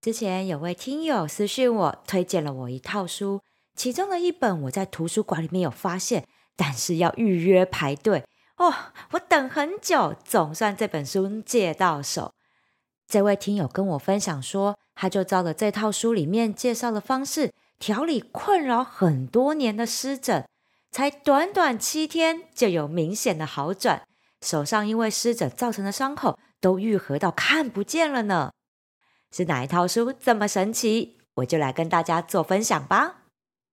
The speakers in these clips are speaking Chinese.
之前有位听友私讯我，推荐了我一套书，其中的一本我在图书馆里面有发现，但是要预约排队我等很久，总算这本书借到手。这位听友跟我分享说，他就照着这套书里面介绍的方式调理困扰很多年的湿疹，才短短7天就有明显的好转，手上因为湿疹造成的伤口都愈合到看不见了呢。是哪一套书这么神奇？我就来跟大家做分享吧。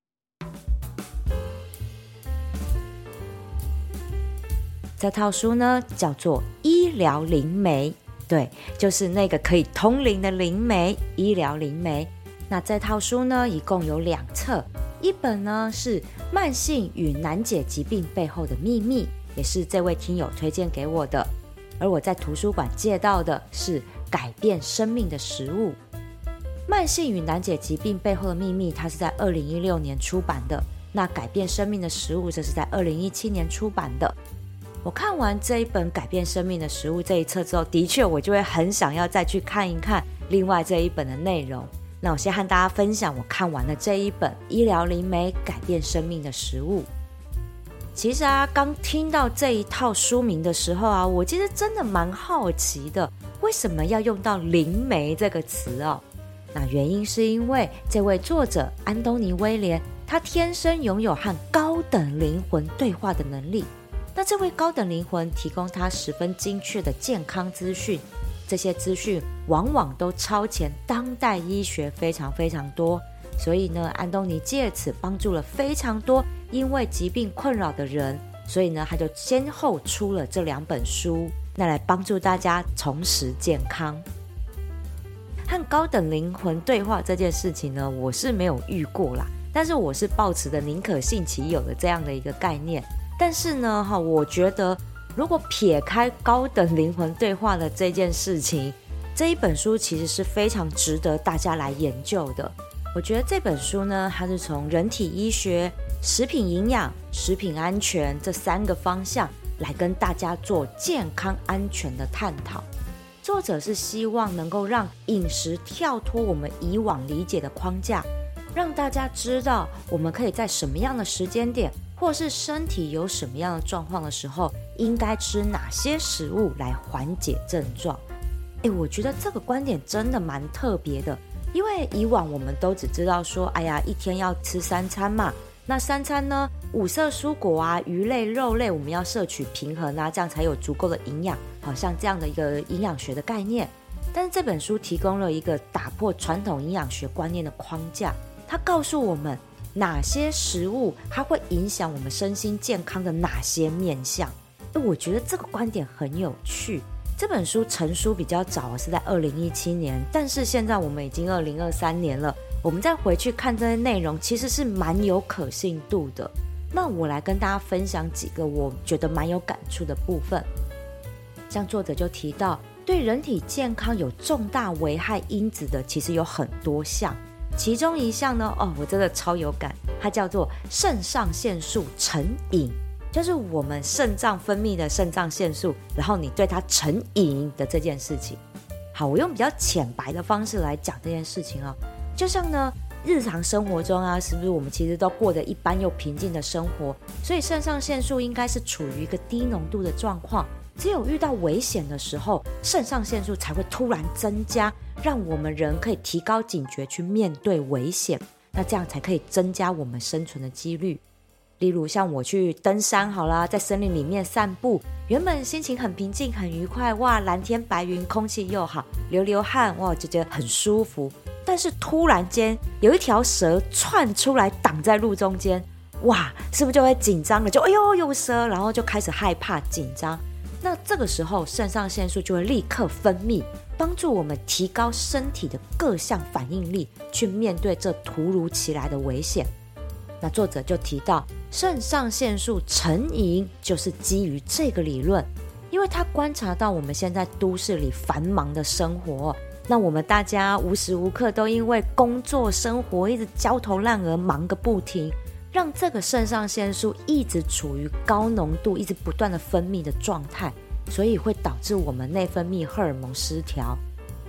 这套书呢叫做医疗灵媒，对，就是那个可以通灵的灵媒，医疗灵媒。那这套书呢一共有2册，一本呢是慢性与难解疾病背后的秘密，也是这位听友推荐给我的，而我在图书馆借到的是改变生命的食物。慢性与难解疾病背后的秘密，它是在2016年出版的，那改变生命的食物这是在2017年出版的。我看完这一本改变生命的食物这一册之后，的确我就会很想要再去看一看另外这一本的内容。那我先和大家分享我看完了这一本医疗灵媒改变生命的食物。其实刚听到这一套书名的时候我其实真的蛮好奇的，为什么要用到灵媒这个词那原因是因为这位作者安东尼·威廉，他天生拥有和高等灵魂对话的能力。那这位高等灵魂提供他十分精确的健康资讯，这些资讯往往都超前当代医学非常非常多，所以呢，安东尼借此帮助了非常多因为疾病困扰的人，所以呢，他就先后出了这2本书，那来帮助大家重拾健康。和高等灵魂对话这件事情呢，我是没有遇过啦，但是我是抱持的宁可信其有的这样的一个概念。但是呢，我觉得如果撇开高等灵魂对话的这件事情，这一本书其实是非常值得大家来研究的。我觉得这本书呢，它是从人体医学、食品营养、食品安全这3个方向来跟大家做健康安全的探讨。作者是希望能够让饮食跳脱我们以往理解的框架，让大家知道我们可以在什么样的时间点，或是身体有什么样的状况的时候，应该吃哪些食物来缓解症状。我觉得这个观点真的蛮特别的，因为以往我们都只知道说，一天要吃3餐嘛，那3餐呢，5色蔬果鱼类、肉类我们要摄取平衡这样才有足够的营养，好像这样的一个营养学的概念。但是这本书提供了一个打破传统营养学观念的框架，它告诉我们哪些食物它会影响我们身心健康的哪些面向。我觉得这个观点很有趣。这本书成书比较早，是在2017年，但是现在我们已经2023年了，我们再回去看这些内容，其实是蛮有可信度的。那我来跟大家分享几个我觉得蛮有感触的部分。像作者就提到，对人体健康有重大危害因子的其实有很多项，其中一项呢，我真的超有感，它叫做肾上腺素成瘾，就是我们肾脏分泌的肾上腺素，然后你对它成瘾的这件事情。好，我用比较浅白的方式来讲这件事情就像呢，日常生活中是不是我们其实都过得一般又平静的生活，所以肾上腺素应该是处于一个低浓度的状况，只有遇到危险的时候，肾上腺素才会突然增加，让我们人可以提高警觉去面对危险，那这样才可以增加我们生存的几率。例如像我去登山好啦，在森林里面散步，原本心情很平静很愉快，蓝天白云，空气又好，流汗，就觉得很舒服。但是突然间有一条蛇窜出来挡在路中间，是不是就会紧张了，就有蛇，然后就开始害怕紧张。那这个时候肾上腺素就会立刻分泌，帮助我们提高身体的各项反应力，去面对这突如其来的危险。那作者就提到，肾上腺素成瘾就是基于这个理论，因为他观察到我们现在都市里繁忙的生活，那我们大家无时无刻都因为工作生活一直焦头烂额，忙个不停，让这个肾上腺素一直处于高浓度一直不断的分泌的状态，所以会导致我们内分泌荷尔蒙失调。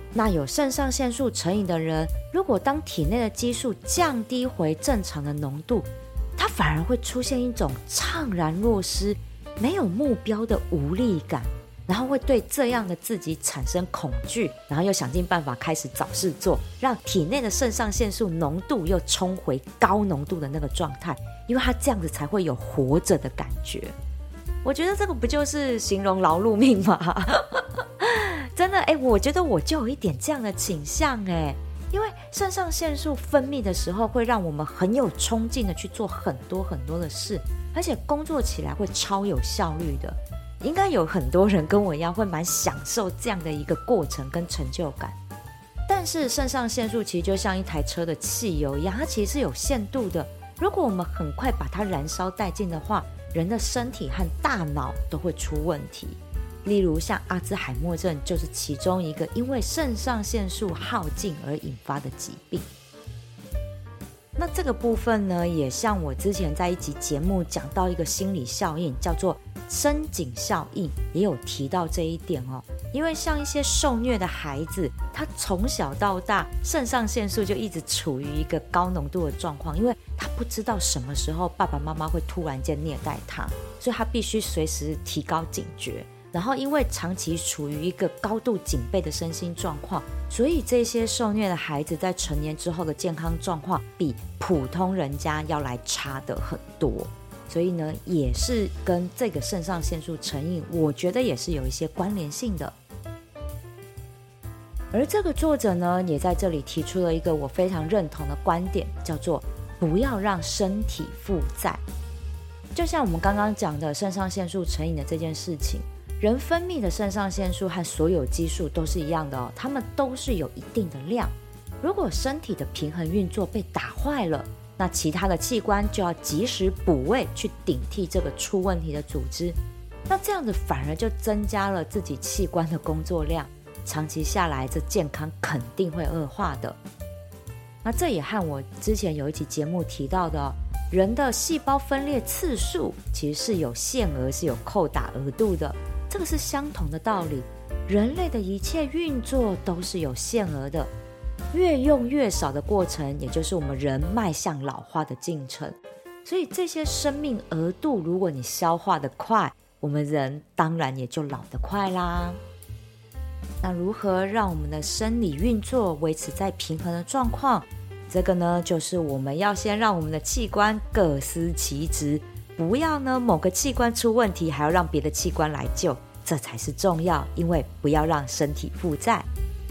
那有肾上腺素成瘾的人，如果当体内的激素降低回正常的浓度，他反而会出现一种怅然若失、没有目标的无力感，然后会对这样的自己产生恐惧，然后又想尽办法开始找事做，让体内的肾上腺素浓度又冲回高浓度的那个状态，因为他这样子才会有活着的感觉。我觉得这个不就是形容劳碌命吗？真的我觉得我就有一点这样的倾向因为肾上腺素分泌的时候会让我们很有冲劲的去做很多很多的事，而且工作起来会超有效率的。应该有很多人跟我一样会蛮享受这样的一个过程跟成就感。但是肾上腺素其实就像一台车的汽油一样，它其实是有限度的。如果我们很快把它燃烧殆尽的话，人的身体和大脑都会出问题。例如像阿兹海默症就是其中一个因为肾上腺素耗尽而引发的疾病。那这个部分呢，也像我之前在一集节目讲到一个心理效应，叫做深井效应，也有提到这一点因为像一些受虐的孩子，他从小到大肾上腺素就一直处于一个高浓度的状况，因为他不知道什么时候爸爸妈妈会突然间虐待他，所以他必须随时提高警觉。然后因为长期处于一个高度警备的身心状况，所以这些受虐的孩子在成年之后的健康状况比普通人家要来差的很多。所以呢，也是跟这个肾上腺素成瘾，我觉得也是有一些关联性的。而这个作者呢，也在这里提出了一个我非常认同的观点，叫做不要让身体负债。就像我们刚刚讲的肾上腺素成瘾的这件事情，人分泌的肾上腺素和所有激素都是一样的它们都是有一定的量。如果身体的平衡运作被打坏了，那其他的器官就要及时补位去顶替这个出问题的组织，那这样子反而就增加了自己器官的工作量，长期下来这健康肯定会恶化的。那这也和我之前有一集节目提到的人的细胞分裂次数其实是有限额，是有扣打额度的，这个是相同的道理。人类的一切运作都是有限额的，越用越少的过程，也就是我们人迈向老化的进程。所以这些生命额度，如果你消化得快，我们人当然也就老得快啦。那如何让我们的生理运作维持在平衡的状况？这个呢，就是我们要先让我们的器官各司其职，不要呢某个器官出问题还要让别的器官来救，这才是重要，因为不要让身体负债。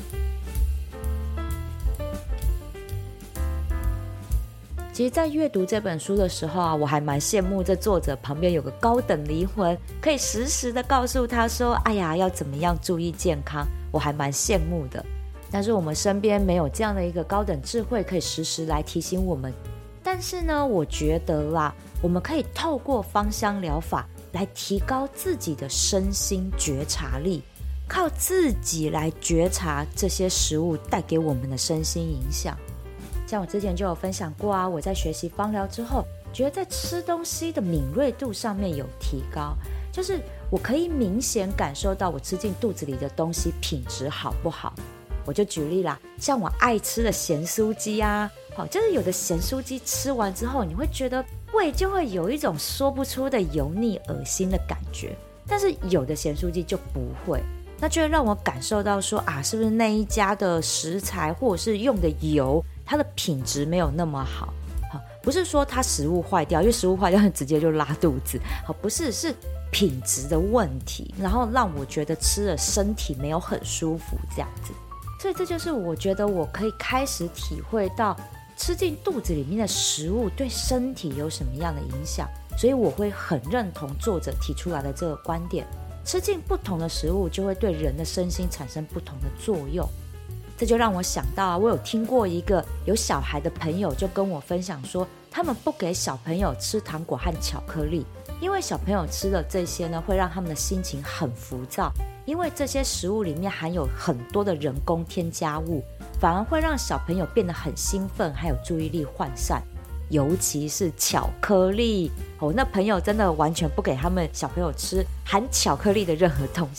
其实在阅读这本书的时候我还蛮羡慕这作者旁边有个高等灵魂，可以时时的告诉他说哎呀要怎么样注意健康，我还蛮羡慕的。但是我们身边没有这样的一个高等智慧可以时时来提醒我们。但是呢，我觉得啦，我们可以透过芳香疗法来提高自己的身心觉察力，靠自己来觉察这些食物带给我们的身心影响。像我之前就有分享过我在学习芳疗之后，觉得在吃东西的敏锐度上面有提高，就是我可以明显感受到我吃进肚子里的东西品质好不好。我就举例啦，像我爱吃的咸酥鸡就是有的咸酥鸡吃完之后，你会觉得胃就会有一种说不出的油腻恶心的感觉，但是有的咸酥鸡就不会，那就会让我感受到说是不是那一家的食材或者是用的油它的品质没有那么好。不是说它食物坏掉，因为食物坏掉直接就拉肚子，不是，是品质的问题，然后让我觉得吃了身体没有很舒服这样子。所以这就是我觉得我可以开始体会到吃进肚子里面的食物对身体有什么样的影响，所以我会很认同作者提出来的这个观点，吃进不同的食物就会对人的身心产生不同的作用。这就让我想到我有听过一个有小孩的朋友就跟我分享说，他们不给小朋友吃糖果和巧克力，因为小朋友吃了这些呢，会让他们的心情很浮躁，因为这些食物里面含有很多的人工添加物，反而会让小朋友变得很兴奋，还有注意力涣散，尤其是巧克力那朋友真的完全不给他们小朋友吃含巧克力的任何东西，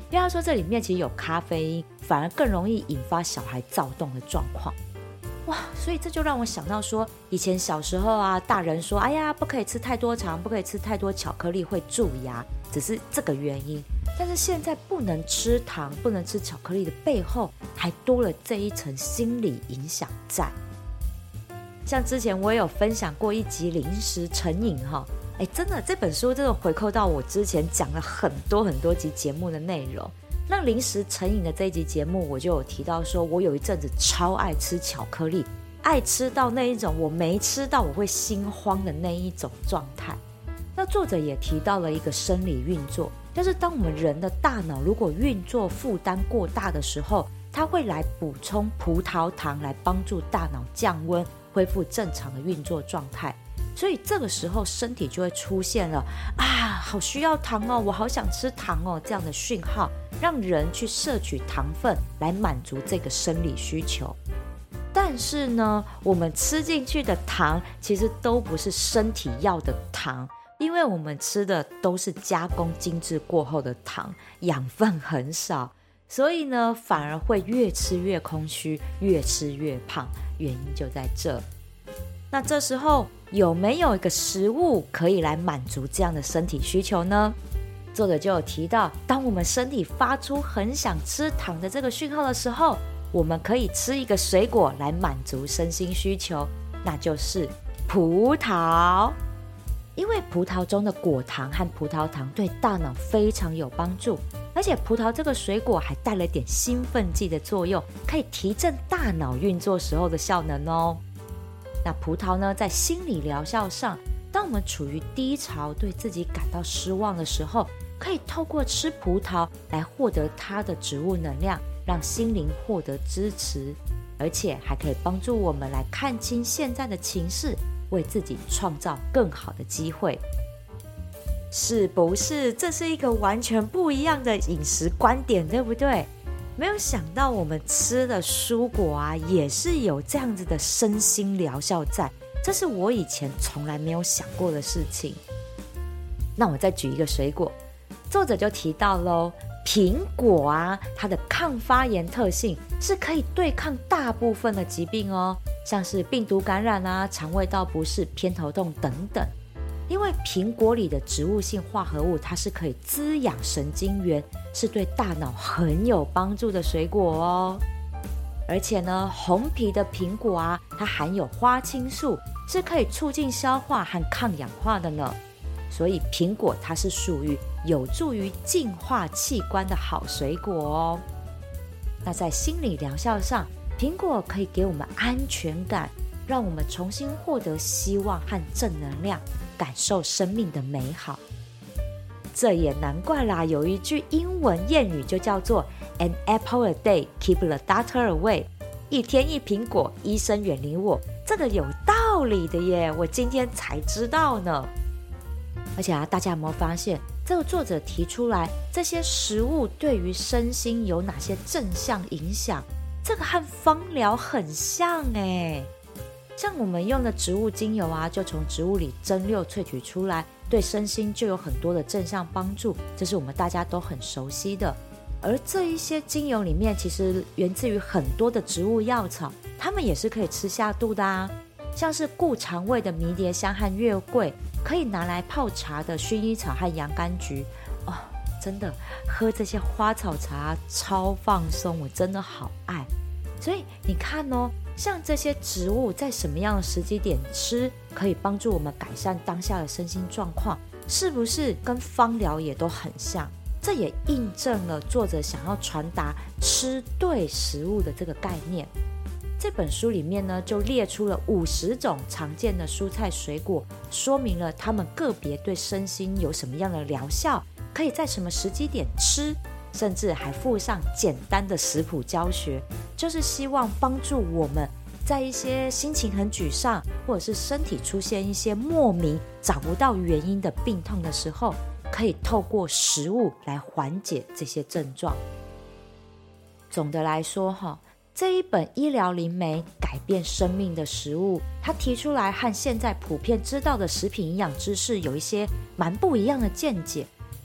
因为他说这里面其实有咖啡因，反而更容易引发小孩躁动的状况。哇，所以这就让我想到说，以前小时候啊，大人说，哎呀，不可以吃太多糖，不可以吃太多巧克力，会蛀牙，只是这个原因。但是现在不能吃糖，不能吃巧克力的背后，还多了这一层心理影响在。像之前我也有分享过一集零食成瘾哈，真的这本书真的回扣到我之前讲了很多集节目的内容。那零食成瘾的这一集节目，我就有提到说，我有一阵子超爱吃巧克力，爱吃到那一种我没吃到我会心慌的那一种状态。那作者也提到了一个生理运作，就是当我们人的大脑如果运作负担过大的时候，它会来补充葡萄糖来帮助大脑降温，恢复正常的运作状态。所以这个时候身体就会出现了好需要糖哦，我好想吃糖哦，这样的讯号，让人去摄取糖分来满足这个生理需求。但是呢，我们吃进去的糖其实都不是身体要的糖，因为我们吃的都是加工精致过后的糖，养分很少，所以呢反而会越吃越空虚，越吃越胖，原因就在这。那这时候有没有一个食物可以来满足这样的身体需求呢？作者就有提到，当我们身体发出很想吃糖的这个讯号的时候，我们可以吃一个水果来满足身心需求，那就是葡萄。因为葡萄中的果糖和葡萄糖对大脑非常有帮助，而且葡萄这个水果还带了点兴奋剂的作用，可以提振大脑运作时候的效能哦。那葡萄呢，在心理疗效上，当我们处于低潮，对自己感到失望的时候，可以透过吃葡萄来获得它的植物能量，让心灵获得支持，而且还可以帮助我们来看清现在的情势，为自己创造更好的机会。是不是这是一个完全不一样的饮食观点，对不对？没有想到我们吃的蔬果啊，也是有这样子的身心疗效在，这是我以前从来没有想过的事情。那我再举一个水果，作者就提到咯，苹果啊，它的抗发炎特性是可以对抗大部分的疾病哦，像是病毒感染啊、肠胃道不适、偏头痛等等。因为苹果里的植物性化合物，它是可以滋养神经元，是对大脑很有帮助的水果哦。而且呢，红皮的苹果啊，它含有花青素，是可以促进消化和抗氧化的呢。所以苹果它是属于有助于净化器官的好水果哦。那在心理疗效上，苹果可以给我们安全感，让我们重新获得希望和正能量，感受生命的美好。这也难怪啦，有一句英文谚语就叫做 An apple a day keep the doctor away， 一天一苹果，医生远离我。这个有道理的耶，我今天才知道呢。而且大家有没有发现，这个作者提出来这些食物对于身心有哪些正向影响，这个和芳疗很像耶。像我们用的植物精油啊，就从植物里蒸馏萃取出来，对身心就有很多的正向帮助，这是我们大家都很熟悉的。而这一些精油里面其实源自于很多的植物药草，它们也是可以吃下肚的啊。像是顾肠胃的迷迭香和月桂，可以拿来泡茶的薰衣草和洋甘菊哦，真的喝这些花草茶超放松，我真的好爱。所以你看哦，像这些植物在什么样的时机点吃，可以帮助我们改善当下的身心状况，是不是跟芳疗也都很像？这也印证了作者想要传达吃对食物的这个概念。这本书里面呢，就列出了50种常见的蔬菜水果，说明了它们个别对身心有什么样的疗效，可以在什么时机点吃，甚至还附上简单的食谱教学，就是希望帮助我们在一些心情很沮丧，或者是身体出现一些莫名找不到原因的病痛的时候，可以透过食物来缓解这些症状。总的来说这一本医疗灵媒改变生命的食物，它提出来和现在普遍知道的食品营养知识有一些蛮不一样的见解。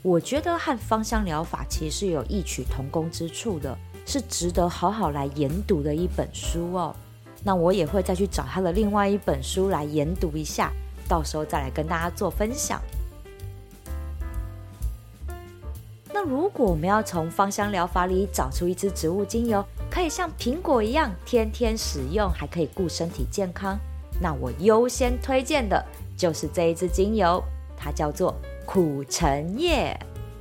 我觉得和芳香疗法其实是有异曲同工之处的，是值得好好来研读的一本书哦。那我也会再去找他的另外一本书来研读一下，到时候再来跟大家做分享。那如果我们要从芳香疗法里找出一支植物精油，可以像苹果一样天天使用，还可以顾身体健康，那我优先推荐的就是这一支精油，它叫做苦橙叶。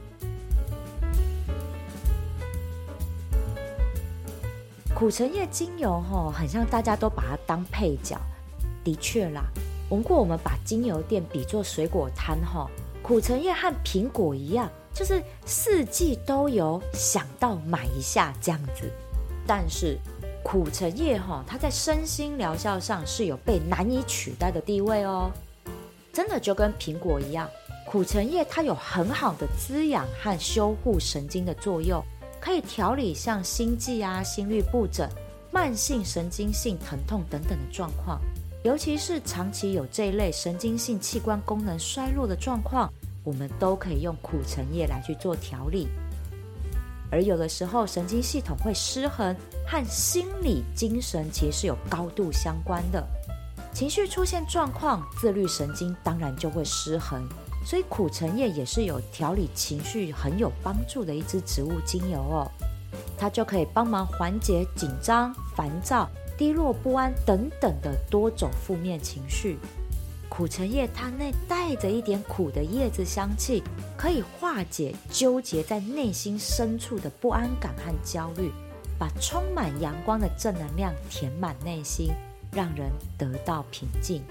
苦橙叶精油很像大家都把它当配角，的确啦，如果我们把精油店比作水果摊，苦橙叶和苹果一样，就是四季都有，想到买一下这样子。但是苦橙叶它在身心疗效上是有被难以取代的地位哦。真的就跟苹果一样，苦橙叶它有很好的滋养和修护神经的作用，可以调理像心悸啊、心律不整、慢性神经性疼痛等等的状况，尤其是长期有这一类神经性器官功能衰弱的状况，我们都可以用苦橙叶来去做调理。而有的时候神经系统会失衡，和心理精神其实是有高度相关的，情绪出现状况，自律神经当然就会失衡，所以苦橙叶也是有调理情绪很有帮助的一支植物精油哦。它就可以帮忙缓解紧张、烦躁、低落不安等等的多种负面情绪。苦橙叶它内带着一点苦的叶子香气，可以化解纠结在内心深处的不安感和焦虑，把充满阳光的正能量填满内心，让人得到平静。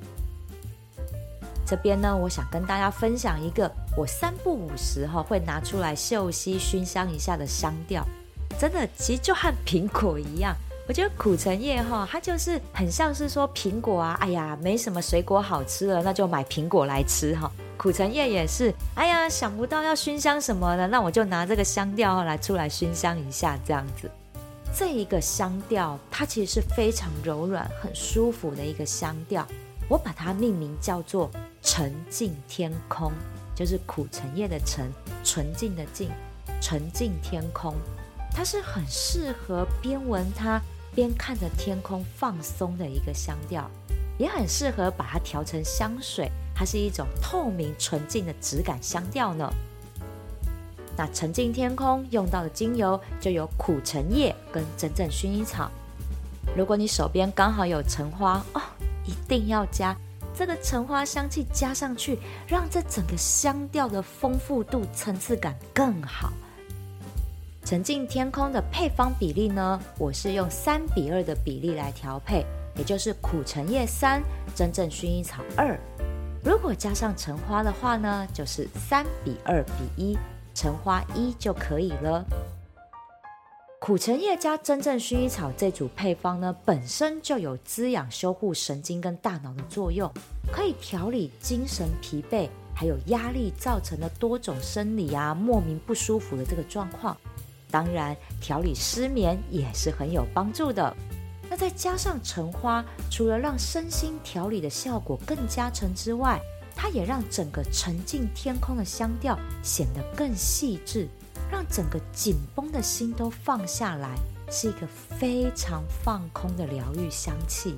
这边呢，我想跟大家分享一个我三不五时会拿出来嗅吸熏香一下的香调，真的其实就和苹果一样。我觉得苦橙叶它就是很像是说苹果啊，哎呀没什么水果好吃了，那就买苹果来吃苦橙叶也是，哎呀想不到要熏香什么的，那我就拿这个香调来出来熏香一下这样子。这一个香调它其实是非常柔软很舒服的一个香调，我把它命名叫做沉静天空，就是苦橙叶的沉，纯净的净，沉静天空。它是很适合边闻它边看着天空放松的一个香调，也很适合把它调成香水，它是一种透明纯净的质感香调呢。那沉静天空用到的精油就有苦橙叶跟真正薰衣草。如果你手边刚好有橙花一定要加这个橙花香气加上去，让这整个香调的丰富度层次感更好。沉静天空的配方比例呢，我是用3:2的比例来调配，也就是苦橙叶3，真正薰衣草2。如果加上橙花的话呢，就是3:2:1，橙花1就可以了。苦橙叶加真正薰衣草这组配方呢，本身就有滋养修护神经跟大脑的作用，可以调理精神疲惫还有压力造成的多种生理莫名不舒服的这个状况。当然调理失眠也是很有帮助的。那再加上橙花，除了让身心调理的效果更加成之外，它也让整个沉静天空的香调显得更细致，让整个紧绷的心都放下来，是一个非常放空的疗愈香气。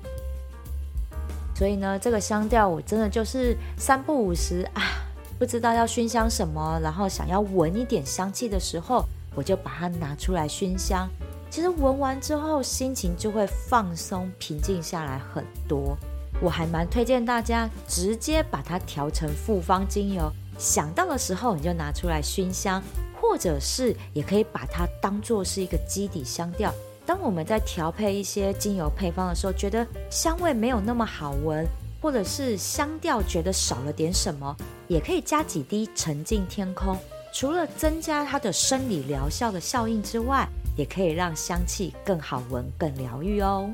所以呢，这个香调我真的就是三不五时不知道要熏香什么，然后想要闻一点香气的时候，我就把它拿出来熏香。其实闻完之后心情就会放松平静下来很多。我还蛮推荐大家直接把它调成复方精油，想到的时候你就拿出来熏香，或者是也可以把它当作是一个基底香调。当我们在调配一些精油配方的时候，觉得香味没有那么好闻，或者是香调觉得少了点什么，也可以加几滴沉静天空，除了增加它的生理疗效的效应之外，也可以让香气更好闻更疗愈哦。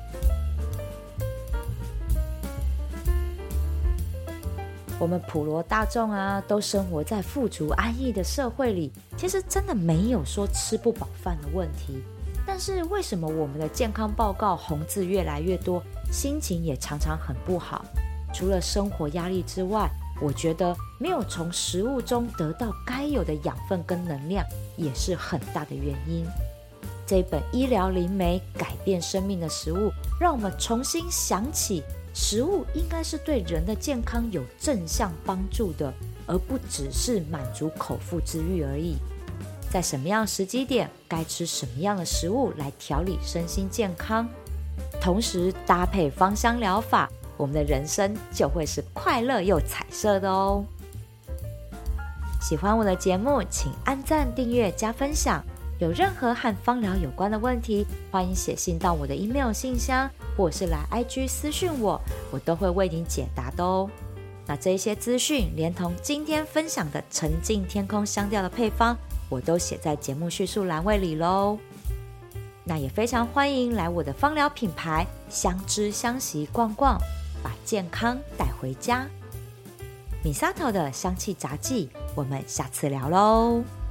我们普罗大众都生活在富足安逸的社会里，其实真的没有说吃不饱饭的问题。但是为什么我们的健康报告红字越来越多，心情也常常很不好？除了生活压力之外， 我觉得没有从食物中得到该有的养分跟能量，也是很大的原因。这本医疗灵媒改变生命的食物，让我们重新想起食物应该是对人的健康有正向帮助的，而不只是满足口腹之欲而已。在什么样的时机点该吃什么样的食物来调理身心健康，同时搭配芳香疗法，我们的人生就会是快乐又彩色的哦。喜欢我的节目，请按赞、订阅、加分享。有任何和芳疗有关的问题，欢迎写信到我的 email 信箱，或是来 IG 私讯我，我都会为您解答的哦。那这些资讯连同今天分享的沉浸天空香调的配方，我都写在节目叙述栏位里咯。那也非常欢迎来我的芳疗品牌相知相惜逛逛，把健康带回家。Misato 的香气杂技，我们下次聊咯。